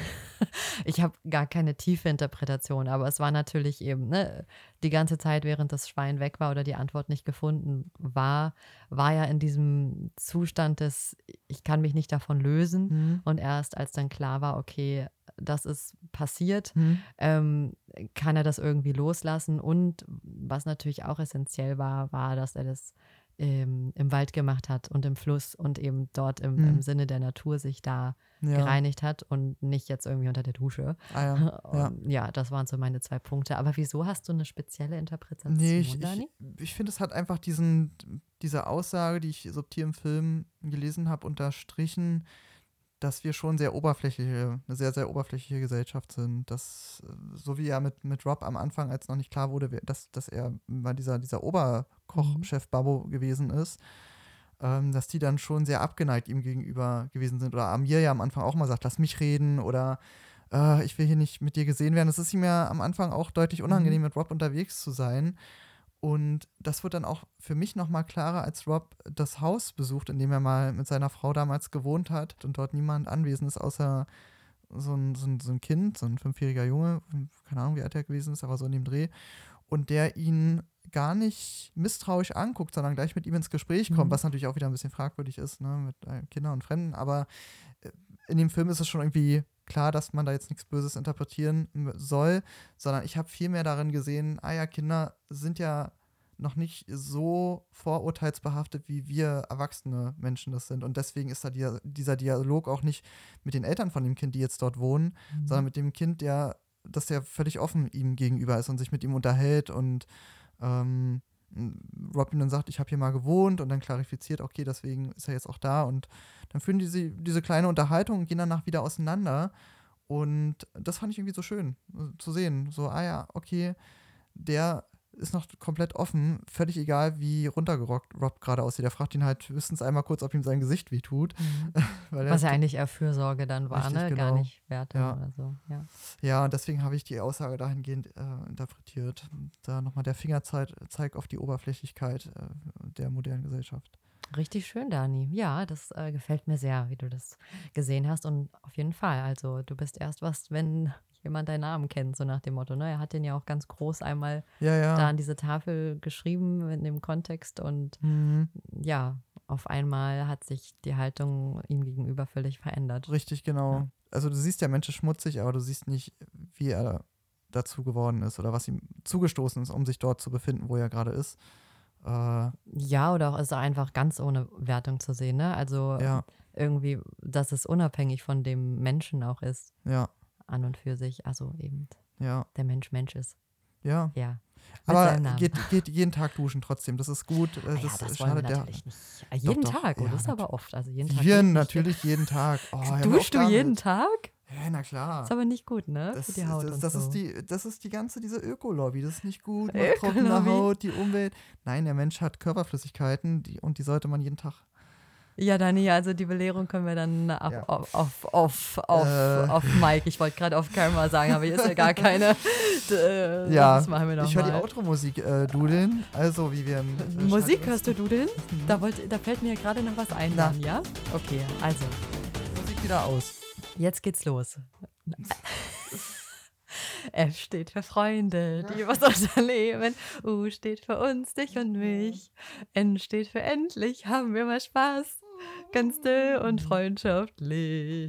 Speaker 2: Ich habe gar keine tiefe Interpretation, aber es war natürlich eben, ne, die ganze Zeit, während das Schwein weg war oder die Antwort nicht gefunden war, war ja in diesem Zustand des, ich kann mich nicht davon lösen.
Speaker 1: Hm?
Speaker 2: Und erst als dann klar war, okay, das ist passiert,
Speaker 1: Hm?
Speaker 2: ähm, kann er das irgendwie loslassen. Und was natürlich auch essentiell war, war, dass er das ähm, im Wald gemacht hat und im Fluss und eben dort im,
Speaker 1: Hm?
Speaker 2: im Sinne der Natur sich da
Speaker 1: Ja.
Speaker 2: gereinigt hat und nicht jetzt irgendwie unter der Dusche.
Speaker 1: Ah ja. Ja.
Speaker 2: Und ja, das waren so meine zwei Punkte. Aber wieso hast du eine spezielle Interpretation,
Speaker 1: Nee, ich, ich,
Speaker 2: Dani?
Speaker 1: ich finde, es hat einfach diesen, diese Aussage, die ich subtil im Film gelesen habe, unterstrichen, dass wir schon sehr oberflächliche, eine sehr, sehr oberflächliche Gesellschaft sind. Dass, äh, so wie ja mit, mit Rob am Anfang, als noch nicht klar wurde, wer- dass, dass er mal dieser, dieser Oberkoch,
Speaker 2: Mhm.
Speaker 1: Chef Babbo gewesen ist, ähm, dass die dann schon sehr abgeneigt ihm gegenüber gewesen sind. Oder Amir ja am Anfang auch mal sagt, lass mich reden oder äh, ich will hier nicht mit dir gesehen werden. Es ist ihm ja am Anfang auch deutlich unangenehm,
Speaker 2: Mhm.
Speaker 1: mit Rob unterwegs zu sein. Und das wird dann auch für mich nochmal klarer, als Rob das Haus besucht, in dem er mal mit seiner Frau damals gewohnt hat und dort niemand anwesend ist, außer so ein, so ein, so ein Kind, so ein fünfjähriger Junge, keine Ahnung, wie alt er gewesen ist, aber so in dem Dreh. Und der ihn gar nicht misstrauisch anguckt, sondern gleich mit ihm ins Gespräch kommt,
Speaker 2: Mhm.
Speaker 1: was natürlich auch wieder ein bisschen fragwürdig ist, ne, mit äh, Kindern und Fremden. Aber äh, in dem Film ist es schon irgendwie klar, dass man da jetzt nichts Böses interpretieren m- soll, sondern ich habe viel mehr darin gesehen, ah ja, Kinder sind ja noch nicht so vorurteilsbehaftet, wie wir erwachsene Menschen das sind. Und deswegen ist da dieser, dieser Dialog auch nicht mit den Eltern von dem Kind, die jetzt dort wohnen,
Speaker 2: Mhm.
Speaker 1: sondern mit dem Kind, der, dass der völlig offen ihm gegenüber ist und sich mit ihm unterhält und ähm, Rob ihm dann sagt, ich habe hier mal gewohnt und dann klarifiziert, okay, deswegen ist er jetzt auch da und dann führen diese, diese kleine Unterhaltung und gehen danach wieder auseinander und das fand ich irgendwie so schön äh, zu sehen. So, ah ja, okay, der ist noch komplett offen, völlig egal, wie runtergerockt Rob gerade aussieht. Er fragt ihn halt höchstens einmal kurz, ob ihm sein Gesicht wehtut.
Speaker 2: Mhm.
Speaker 1: Weil
Speaker 2: Was ja
Speaker 1: er,
Speaker 2: eigentlich eher Fürsorge dann war,
Speaker 1: Richtig,
Speaker 2: ne? Gar
Speaker 1: genau.
Speaker 2: nicht Wertung
Speaker 1: Ja.
Speaker 2: oder so. Ja.
Speaker 1: Ja, und deswegen habe ich die Aussage dahingehend äh, interpretiert. Da nochmal der Fingerzeig zeigt auf die Oberflächlichkeit äh, der modernen Gesellschaft.
Speaker 2: Richtig schön, Dani. Ja, das äh, gefällt mir sehr, wie du das gesehen hast. Und auf jeden Fall, also du bist erst was, wenn jemand deinen Namen kennt, so nach dem Motto. Ne? Er hat den ja auch ganz groß einmal
Speaker 1: Ja, ja.
Speaker 2: da an diese Tafel geschrieben in dem Kontext. Und
Speaker 1: Mhm.
Speaker 2: ja, auf einmal hat sich die Haltung ihm gegenüber völlig verändert.
Speaker 1: Richtig, genau.
Speaker 2: Ja.
Speaker 1: Also du siehst, der Mensch ist schmutzig, aber du siehst nicht, wie er dazu geworden ist oder was ihm zugestoßen ist, um sich dort zu befinden, wo er gerade ist. Äh,
Speaker 2: Ja, oder auch ist er einfach ganz ohne Wertung zu sehen, ne? Also
Speaker 1: ja,
Speaker 2: irgendwie, dass es unabhängig von dem Menschen auch ist,
Speaker 1: ja,
Speaker 2: an und für sich. Also eben
Speaker 1: ja,
Speaker 2: der Mensch Mensch ist.
Speaker 1: ja.
Speaker 2: Ja. Mit
Speaker 1: Aber
Speaker 2: seinem Namen.
Speaker 1: geht, geht jeden Tag duschen trotzdem, das ist gut. Äh,
Speaker 2: Ah ja,
Speaker 1: das
Speaker 2: das wollen wir
Speaker 1: schadet der.
Speaker 2: natürlich nicht. Ah, jeden
Speaker 1: doch,
Speaker 2: Tag, oh,
Speaker 1: ja,
Speaker 2: das ist aber
Speaker 1: natu-
Speaker 2: oft. Also jeden Tag.
Speaker 1: Wir
Speaker 2: geht nicht.
Speaker 1: natürlich jeden Tag. Oh, hör mir auf
Speaker 2: Duschst du
Speaker 1: damit.
Speaker 2: jeden Tag?
Speaker 1: Ja, na klar.
Speaker 2: Ist aber nicht gut, ne?
Speaker 1: Das,
Speaker 2: Für die Haut
Speaker 1: das,
Speaker 2: und
Speaker 1: das,
Speaker 2: so.
Speaker 1: ist die, das ist die ganze, diese Ökolobby. Das ist nicht gut. Macht trockene
Speaker 2: Ökolobby?
Speaker 1: Haut, die Umwelt. Nein, der Mensch hat Körperflüssigkeiten die, und die sollte man jeden Tag.
Speaker 2: Ja, Dani, also die Belehrung können wir dann auf,
Speaker 1: Ja.
Speaker 2: auf, auf, auf, auf,
Speaker 1: Äh.
Speaker 2: auf Mike. Ich wollte gerade auf Camera sagen, aber hier ist ja gar keine. D- äh,
Speaker 1: Ja,
Speaker 2: das machen wir noch
Speaker 1: ich höre die
Speaker 2: mal.
Speaker 1: Outro-Musik äh, dudeln. Also, wie wir im. Äh,
Speaker 2: Musik
Speaker 1: Schalten-
Speaker 2: hörst du dudeln?
Speaker 1: Mhm.
Speaker 2: Da, wollt, da fällt mir gerade noch was ein,
Speaker 1: Na.
Speaker 2: Dani, ja? Okay, also,
Speaker 1: Musik wieder aus.
Speaker 2: jetzt geht's los. F steht für Freunde, die was unternehmen. U steht für uns, dich und mich. N steht für endlich, haben wir mal Spaß. Ganz still und freundschaftlich.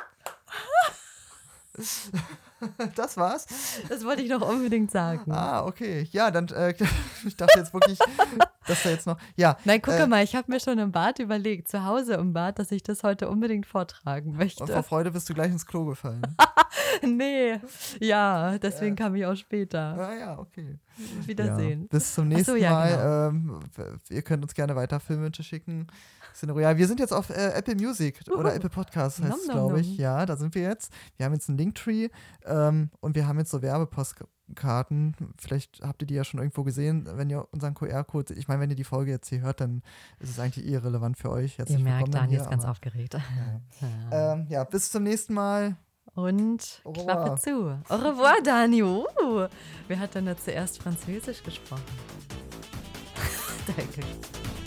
Speaker 1: Das war's?
Speaker 2: Das wollte ich noch unbedingt sagen.
Speaker 1: Ah, okay. Ja, dann, äh, ich dachte jetzt wirklich, dass da jetzt noch, ja.
Speaker 2: Nein, guck
Speaker 1: äh,
Speaker 2: mal, ich habe mir schon im Bad überlegt, zu Hause im Bad, dass ich das heute unbedingt vortragen
Speaker 1: Und
Speaker 2: möchte.
Speaker 1: vor Freude bist du gleich ins Klo gefallen.
Speaker 2: Nee, ja, deswegen kam ich auch später.
Speaker 1: Ah ja, okay.
Speaker 2: Wiedersehen.
Speaker 1: Ja, bis zum
Speaker 2: Ach
Speaker 1: nächsten
Speaker 2: so, ja,
Speaker 1: Mal.
Speaker 2: genau.
Speaker 1: Ähm, w- ihr könnt uns gerne weiter Filmwünsche schicken. Ja, wir sind jetzt auf äh, Apple Music oder
Speaker 2: Uhu.
Speaker 1: Apple Podcasts heißt
Speaker 2: Nom,
Speaker 1: es,
Speaker 2: nom,
Speaker 1: glaube ich.
Speaker 2: nom.
Speaker 1: Ja, da sind wir jetzt. Wir haben jetzt einen Linktree ähm, und wir haben jetzt so Werbepostkarten. Vielleicht habt ihr die ja schon irgendwo gesehen, wenn ihr unseren Q R-Code, ich meine, wenn ihr die Folge jetzt hier hört, dann ist es eigentlich irrelevant für euch. Herzlich
Speaker 2: Ihr merkt,
Speaker 1: willkommen
Speaker 2: Dani
Speaker 1: hier,
Speaker 2: ist ganz
Speaker 1: aber,
Speaker 2: aufgeregt.
Speaker 1: ja. Ähm, ja, bis zum nächsten Mal.
Speaker 2: Und
Speaker 1: Au revoir.
Speaker 2: Klappe zu. Au revoir, Dani. Uh, wer hat denn da zuerst Französisch gesprochen? Danke.